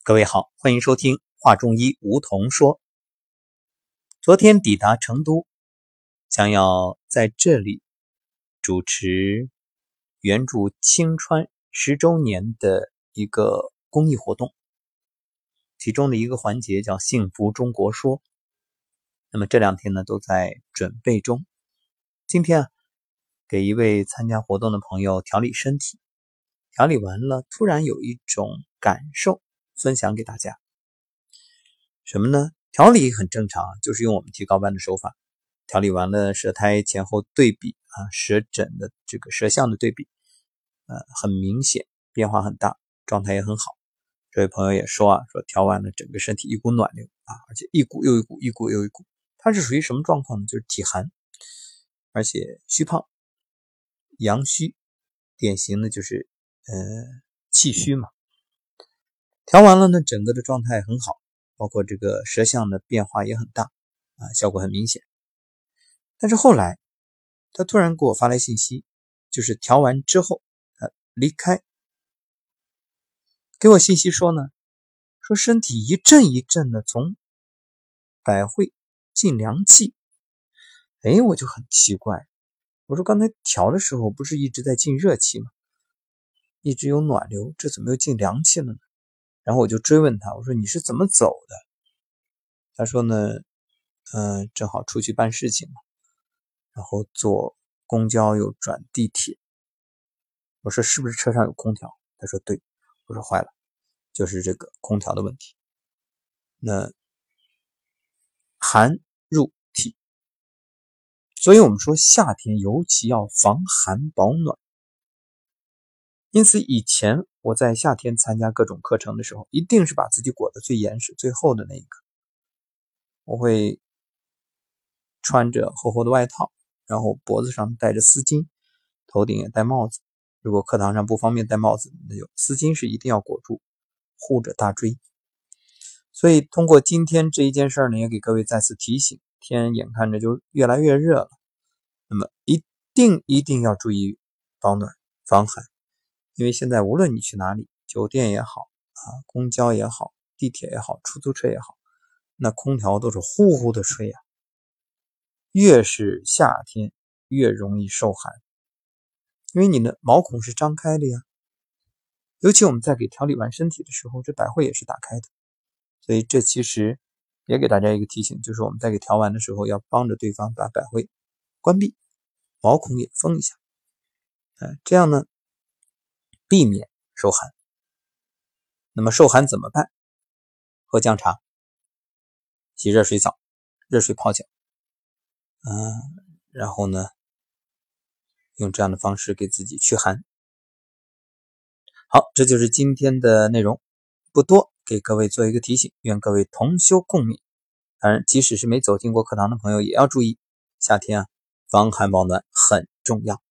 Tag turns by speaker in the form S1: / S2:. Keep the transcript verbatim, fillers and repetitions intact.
S1: 各位好，欢迎收听华中医梧桐说。昨天抵达成都，将要在这里主持援助青川十周年的一个公益活动，其中的一个环节叫幸福中国说。那么这两天呢都在准备中。今天啊，给一位参加活动的朋友调理身体，调理完了突然有一种感受分享给大家。什么呢？调理很正常，就是用我们提高班的手法，调理完了舌苔前后对比啊，舌诊的这个舌象的对比，呃，很明显，变化很大，状态也很好。这位朋友也说啊，说调完了整个身体一股暖流啊，而且一股又一股，一股又一股。他是属于什么状况呢？就是体寒，而且虚胖，阳虚，典型的就是呃气虚嘛。调完了呢，整个的状态很好，包括这个舌象的变化也很大啊，效果很明显。但是后来他突然给我发来信息，就是调完之后他离开，给我信息说呢，说身体一阵一阵的从百会进凉气。哎，我就很奇怪，我说刚才调的时候不是一直在进热气吗？一直有暖流，这怎么又进凉气了呢？然后我就追问他，我说你是怎么走的？他说呢，嗯、呃，正好出去办事情嘛，然后坐公交又转地铁。我说是不是车上有空调？他说对。我说坏了，就是这个空调的问题。那寒入体，所以我们说夏天尤其要防寒保暖。因此以前我在夏天参加各种课程的时候，一定是把自己裹得最严实最厚的那一个。我会穿着厚厚的外套，然后脖子上戴着丝巾，头顶也戴帽子。如果课堂上不方便戴帽子，那就丝巾是一定要裹住，护着大椎。所以通过今天这一件事呢，也给各位再次提醒，天眼看着就越来越热了，那么一定一定要注意保暖防寒。因为现在无论你去哪里，酒店也好啊，公交也好，地铁也好，出租车也好，那空调都是呼呼的吹啊。越是夏天越容易受寒，因为你的毛孔是张开的呀。尤其我们在给调理完身体的时候，这百会也是打开的。所以这其实也给大家一个提醒，就是我们在给调完的时候要帮着对方把百会关闭，毛孔也封一下，呃、这样呢避免受寒。那么受寒怎么办？喝姜茶，洗热水澡，热水泡脚，嗯，然后呢用这样的方式给自己驱寒。好，这就是今天的内容，不多，给各位做一个提醒，愿各位同修共勉。当然即使是没走进过课堂的朋友也要注意，夏天啊防寒保暖很重要。